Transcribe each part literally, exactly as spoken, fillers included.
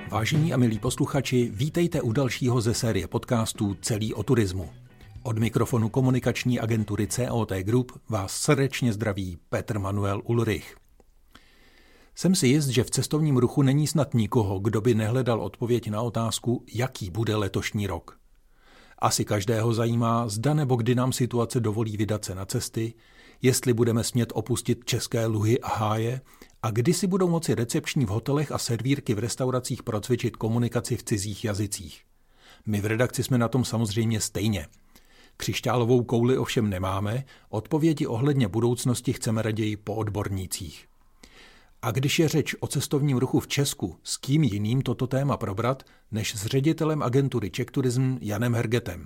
Vážení a milí posluchači, vítejte u dalšího ze série podcastů Celý o turismu. Od mikrofonu komunikační agentury C O T Group vás srdečně zdraví Petr Manuel Ulrich. Jsem si jist, že v cestovním ruchu není snad nikoho, kdo by nehledal odpověď na otázku, jaký bude letošní rok. Asi každého zajímá, zda nebo kdy nám situace dovolí vydat se na cesty, jestli budeme smět opustit české luhy a háje a kdy si budou moci recepční v hotelech a servírky v restauracích procvičit komunikaci v cizích jazycích. My v redakci jsme na tom samozřejmě stejně. Křišťálovou kouli ovšem nemáme, odpovědi ohledně budoucnosti chceme raději po odbornících. A když je řeč o cestovním ruchu v Česku, s kým jiným toto téma probrat, než s ředitelem agentury Czech Tourism Janem Hergetem.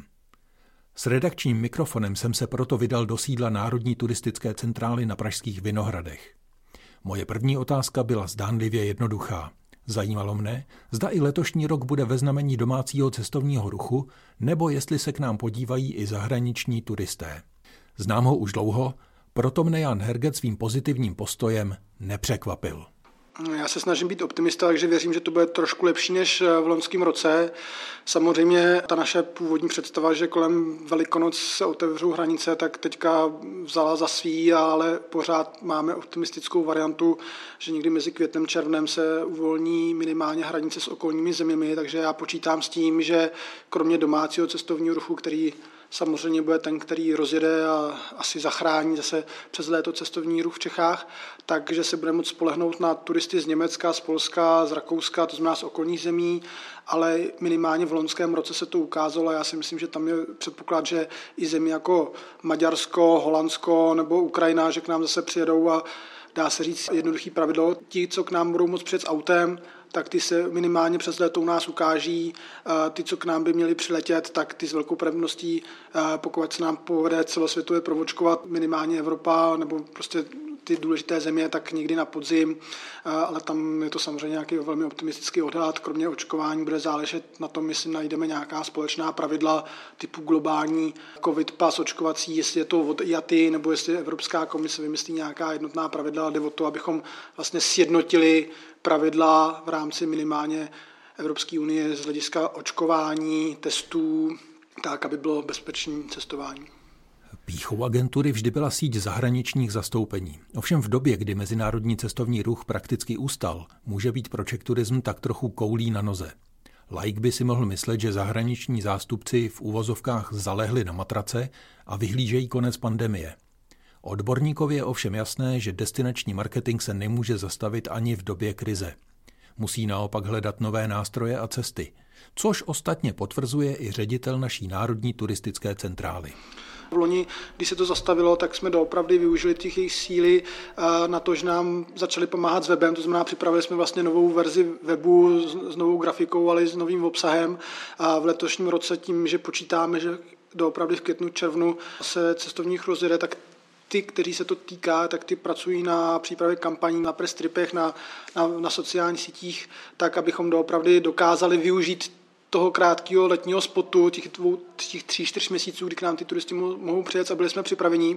S redakčním mikrofonem jsem se proto vydal do sídla Národní turistické centrály na pražských Vinohradech. Moje první otázka byla zdánlivě jednoduchá. Zajímalo mne, zda i letošní rok bude ve znamení domácího cestovního ruchu, nebo jestli se k nám podívají i zahraniční turisté. Znám ho už dlouho, proto mne Jan Herget svým pozitivním postojem nepřekvapil. Já se snažím být optimista, takže věřím, že to bude trošku lepší než v loňském roce. Samozřejmě ta naše původní představa, že kolem Velikonoc se otevřou hranice, tak teďka vzala za svý, ale pořád máme optimistickou variantu, že někdy mezi květnem a červnem se uvolní minimálně hranice s okolními zeměmi, takže já počítám s tím, že kromě domácího cestovního ruchu, který samozřejmě bude ten, který rozjede a asi zachrání zase přes léto cestovní ruch v Čechách, takže se bude moct spolehnout na turisty z Německa, z Polska, z Rakouska, to znamená z okolních zemí, ale minimálně v loňském roce se to ukázalo a já si myslím, že tam je předpoklad, že i země jako Maďarsko, Holandsko nebo Ukrajina, že k nám zase přijedou a dá se říct jednoduchý pravidlo. Ti, co k nám budou moct přijet s autem, tak ty se minimálně přes léto u nás ukáží. Ty, co k nám by měli přiletět, tak ty s velkou pravděpodobností, pokud se nám povede celosvětově provočkovat minimálně Evropa nebo prostě ty důležité země, tak někdy na podzim, ale tam je to samozřejmě nějaký velmi optimistický odhad. Kromě očkování bude záležet na tom, jestli najdeme nějaká společná pravidla typu globální covid pas očkovací, jestli je to od I A T I nebo jestli Evropská komise vymyslí nějaká jednotná pravidla. Jde o to, abychom vlastně sjednotili pravidla v rámci minimálně Evropské unie z hlediska očkování, testů, tak, aby bylo bezpečné cestování. Pýchou agentury vždy byla síť zahraničních zastoupení. Ovšem v době, kdy mezinárodní cestovní ruch prakticky ustal, může být pro Czech Tourism tak trochu koulí na noze. Laik by si mohl myslet, že zahraniční zástupci v uvozovkách zalehli na matrace a vyhlížejí konec pandemie. Odborníkovi je ovšem jasné, že destinační marketing se nemůže zastavit ani v době krize. Musí naopak hledat nové nástroje a cesty, což ostatně potvrzuje i ředitel naší Národní turistické centrály. V loni, když se to zastavilo, tak jsme doopravdy využili těch jejich síly na to, že nám začali pomáhat s webem, to znamená připravili jsme vlastně novou verzi webu s novou grafikou, ale s novým obsahem. A v letošním roce tím, že počítáme, že doopravdy v květnu, červnu se cestovních rozjede, tak ty, kteří se to týká, tak ty pracují na přípravě kampaní, na press tripech, na, na, na sociálních sítích, tak abychom doopravdy dokázali využít toho krátkého letního spotu, těch, dvou, těch tří, čtyř měsíců, kdy k nám ty turisti mohou přijet a byli jsme připraveni.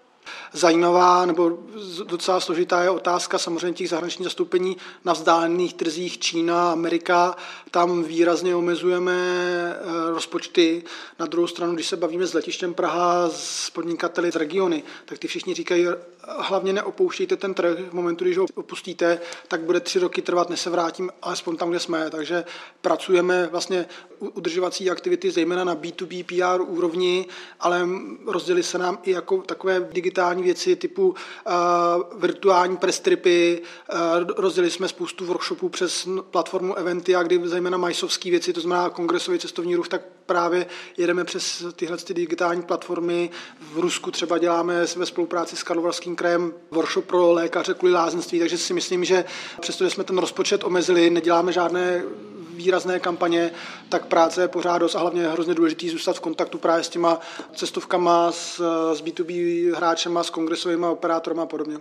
Zajímavá nebo docela složitá je otázka samozřejmě těch zahraničních zastoupení na vzdálených trzích Čína, Amerika. Tam výrazně omezujeme rozpočty. Na druhou stranu, když se bavíme s letištěm Praha, s podnikateli z regiony, tak ty všichni říkají, hlavně neopouštějte ten trh. V momentu, když ho opustíte, tak bude tři roky trvat, než se vrátím alespoň tam, kde jsme. Takže pracujeme vlastně udržovací aktivity zejména na bé dvě bé P R úrovni, ale rozdělili se nám i jako takové digitální věci typu uh, virtuální press tripy, uh, rozdělili jsme spoustu workshopů přes platformu Eventia, kdy zejména majsovské věci, to znamená kongresový cestovní ruch, tak právě jedeme přes tyhle ty digitální platformy. V Rusku třeba děláme ve spolupráci s Karlovarským krajem workshop pro lékaře kvůli lázeňství, takže si myslím, že přestože jsme ten rozpočet omezili, neděláme žádné výrazné kampaně, tak práce je pořád dost a hlavně je hrozně důležitý zůstat v kontaktu právě s těma cestovkama, s, s bé dvě bé hráčema, s kongresovými operátorama a podobně.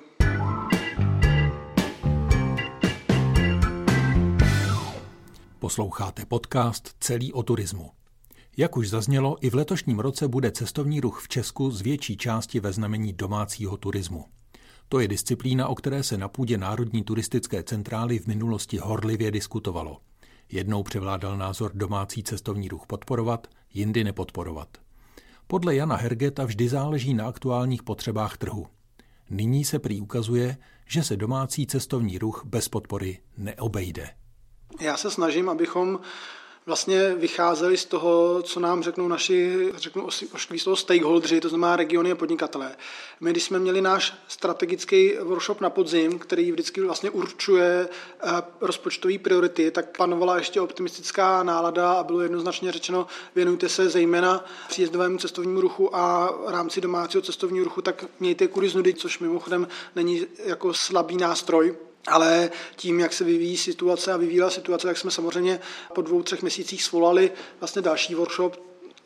Posloucháte podcast Celý o turismu. Jak už zaznělo, i v letošním roce bude cestovní ruch v Česku z větší části ve znamení domácího turismu. To je disciplína, o které se na půdě Národní turistické centrály v minulosti horlivě diskutovalo. Jednou převládal názor domácí cestovní ruch podporovat, jindy nepodporovat. Podle Jana Hergeta vždy záleží na aktuálních potřebách trhu. Nyní se prý ukazuje, že se domácí cestovní ruch bez podpory neobejde. Já se snažím, abychom vlastně vycházeli z toho, co nám řeknou naši, řeknu ošklí slovo stakeholdři, to znamená regiony a podnikatelé. My, když jsme měli náš strategický workshop na podzim, který vždycky vlastně určuje rozpočtové priority, tak panovala ještě optimistická nálada a bylo jednoznačně řečeno, věnujte se zejména příjezdovému cestovnímu ruchu a rámci domácího cestovního ruchu, tak mějte kudy z nudy, což mimochodem není jako slabý nástroj. Ale tím, jak se vyvíjí situace a vyvíjela situace, tak jsme samozřejmě po dvou, třech měsících svolali vlastně další workshop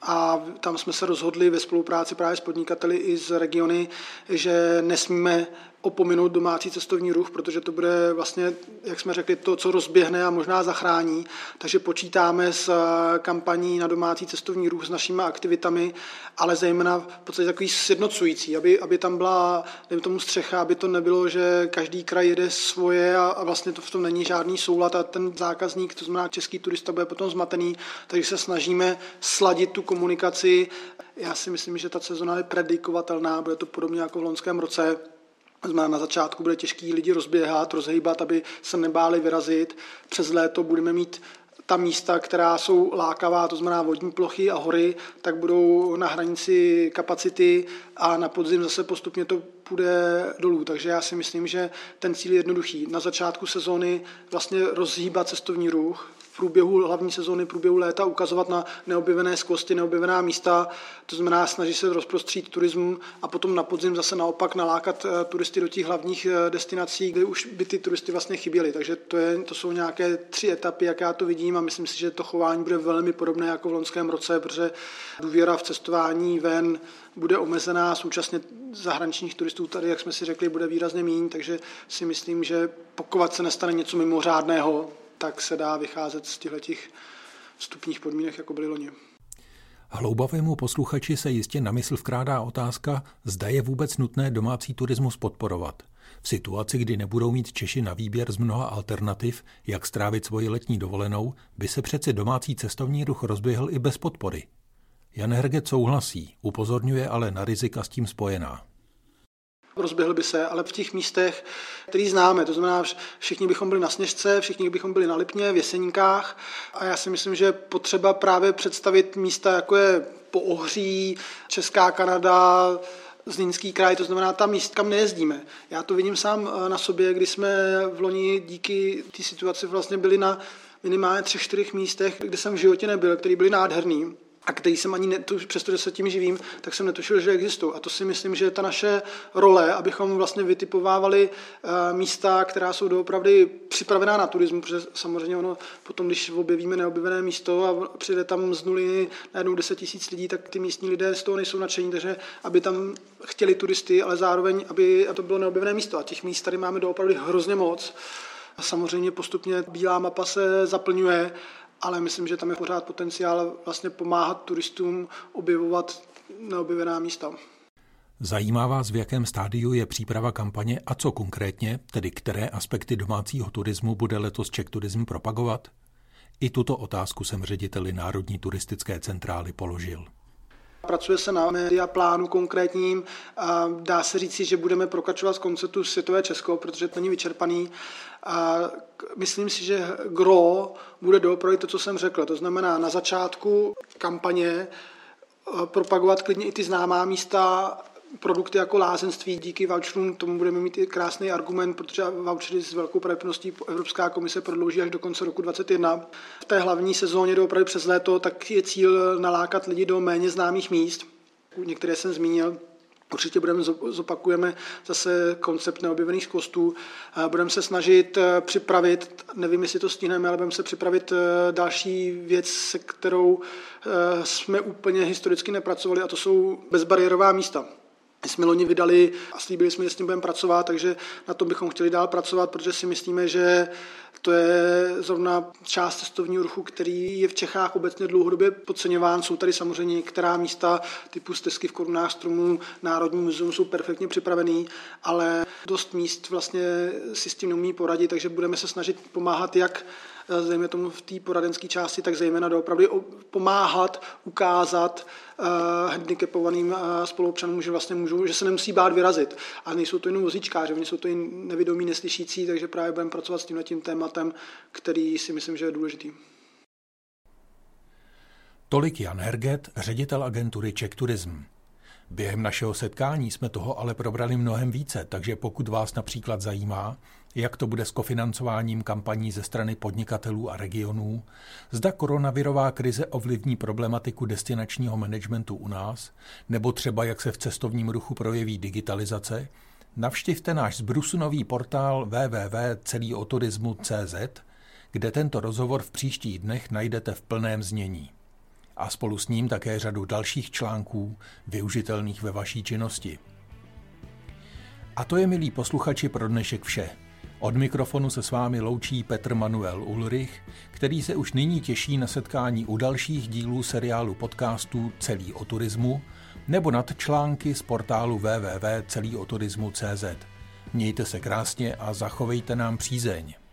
a tam jsme se rozhodli ve spolupráci právě s podnikateli i z regiony, že nesmíme opominout domácí cestovní ruch, protože to bude vlastně, jak jsme řekli, to, co rozběhne a možná zachrání. Takže počítáme s kampaní na domácí cestovní ruch s našimi aktivitami, ale zejména v podstatě takový sjednocující, aby, aby tam byla, dejme tomu, střecha, aby to nebylo, že každý kraj jede svoje a, a vlastně to v tom není žádný soulad a ten zákazník, to znamená český turista, bude potom zmatený, takže se snažíme sladit tu komunikaci. Já si myslím, že ta sezona je predikovatelná, bude to podobně jako v loňském roce. Na začátku bude těžký lidi rozběhat, rozhejbat, aby se nebáli vyrazit. Přes léto budeme mít ta místa, která jsou lákavá, to znamená vodní plochy a hory, tak budou na hranici kapacity a na podzim zase postupně to půjde dolů. Takže já si myslím, že ten cíl je jednoduchý. Na začátku sezóny vlastně rozhýbat cestovní ruch, v průběhu hlavní sezóny, v průběhu léta ukazovat na neobjevené skvosty, neobjevená místa, to znamená snažit se rozprostřít turismu a potom na podzim zase naopak nalákat turisty do těch hlavních destinací, kde už by ty turisty vlastně chyběly. Takže to, je, to jsou nějaké tři etapy, jak já to vidím a myslím si, že to chování bude velmi podobné jako v loňském roce, protože důvěra v cestování ven bude omezená, současně zahraničních turistů tady, jak jsme si řekli, bude výrazně méně, takže si myslím, že pokud se nestane něco mimořádného, tak se dá vycházet z těchto vstupních podmínek, jako byly loni. Hloubavému posluchači se jistě na mysl vkrádá otázka, zda je vůbec nutné domácí turismus podporovat. V situaci, kdy nebudou mít Češi na výběr z mnoha alternativ, jak strávit svoji letní dovolenou, by se přeci domácí cestovní ruch rozběhl i bez podpory. Jan Herget souhlasí, upozorňuje ale na rizika s tím spojená. Rozběhl by se, ale v těch místech, který známe, to znamená, všichni bychom byli na Sněžce, všichni bychom byli na Lipně, v Jeseníkách a já si myslím, že potřeba právě představit místa, jako je Poohří, Česká Kanada, Zlínský kraj, to znamená ta místa, kam nejezdíme. Já to vidím sám na sobě, kdy jsme v loni díky té situaci vlastně byli na minimálně třech, čtyřech místech, kde jsem v životě nebyl, který byly nádherný. A který jsem ani, netuš, přestože se tím živím, tak jsem netušil, že existují. A to si myslím, že je ta naše role, abychom vlastně vytipovávali uh, místa, která jsou doopravdy připravená na turismu, protože samozřejmě ono potom, když objevíme neobjevené místo a přijde tam z nuly najednou deset tisíc lidí, tak ty místní lidé z toho nejsou nadšení, takže aby tam chtěli turisty, ale zároveň, aby to bylo neobjevené místo. A těch míst tady máme doopravdy hrozně moc. A samozřejmě postupně bílá mapa se zaplňuje, ale myslím, že tam je pořád potenciál vlastně pomáhat turistům objevovat neobjevená místa. Zajímá vás, v jakém stádiu je příprava kampaně a co konkrétně, tedy které aspekty domácího turismu bude letos Czech Tourism propagovat? I tuto otázku jsem řediteli Národní turistické centrály položil. Pracuje se na média plánu konkrétním a dá se říci, že budeme pokračovat z konceptu Světové Česko, protože to není vyčerpaný. A myslím si, že gro bude doopravdy to, co jsem řekl. To znamená na začátku kampaně propagovat klidně i ty známá místa, produkty jako lázeňství, díky voucherům, tomu budeme mít i krásný argument, protože vouchery s velkou pravděpodobností Evropská komise prodlouží až do konce roku dvacet jedna. V té hlavní sezóně doopravdy přes léto tak je cíl nalákat lidi do méně známých míst. Některé jsem zmínil. Určitě budeme zopakujeme zase koncept neobjevených skvostů. Budeme se snažit připravit, nevím, jestli to stihneme, ale budeme se připravit další věc, se kterou jsme úplně historicky nepracovali, a to jsou bezbariérová místa. My jsme loni vydali a slíbili jsme, že s tím budeme pracovat, takže na tom bychom chtěli dál pracovat, protože si myslíme, že to je zrovna část cestovního ruchu, který je v Čechách obecně dlouhodobě podceňován. Jsou tady samozřejmě některá místa typu stezky v korunách stromů, Národní muzeum jsou perfektně připravený, ale dost míst vlastně si s tím neumí poradit, takže budeme se snažit pomáhat jak zejména tomu v té poradenské části, tak zejména doopravdy pomáhat, ukázat uh, handicapovaným uh, spoluobčanům, že vlastně můžou, že se nemusí bát vyrazit. A nejsou to jenom vozíčkáři, oni jsou to i nevidomí, neslyšící, takže právě budeme pracovat s tímhletím tématem, který si myslím, že je důležitý. Tolik Jan Herget, ředitel agentury Czech Tourism. Během našeho setkání jsme toho ale probrali mnohem více, takže pokud vás například zajímá, jak to bude s kofinancováním kampaní ze strany podnikatelů a regionů, zda koronavirová krize ovlivní problematiku destinačního managementu u nás, nebo třeba jak se v cestovním ruchu projeví digitalizace, navštivte náš zbrusunový portál w w w tečka celý o turismu tečka c z, kde tento rozhovor v příštích dnech najdete v plném znění. A spolu s ním také řadu dalších článků využitelných ve vaší činnosti. A to je, milí posluchači, pro dnešek vše. Od mikrofonu se s vámi loučí Petr Manuel Ulrich, který se už nyní těší na setkání u dalších dílů seriálu podcastů Celý o turismu nebo nad články z portálu w w w tečka celý o turismu tečka c z. Mějte se krásně a zachovejte nám přízeň.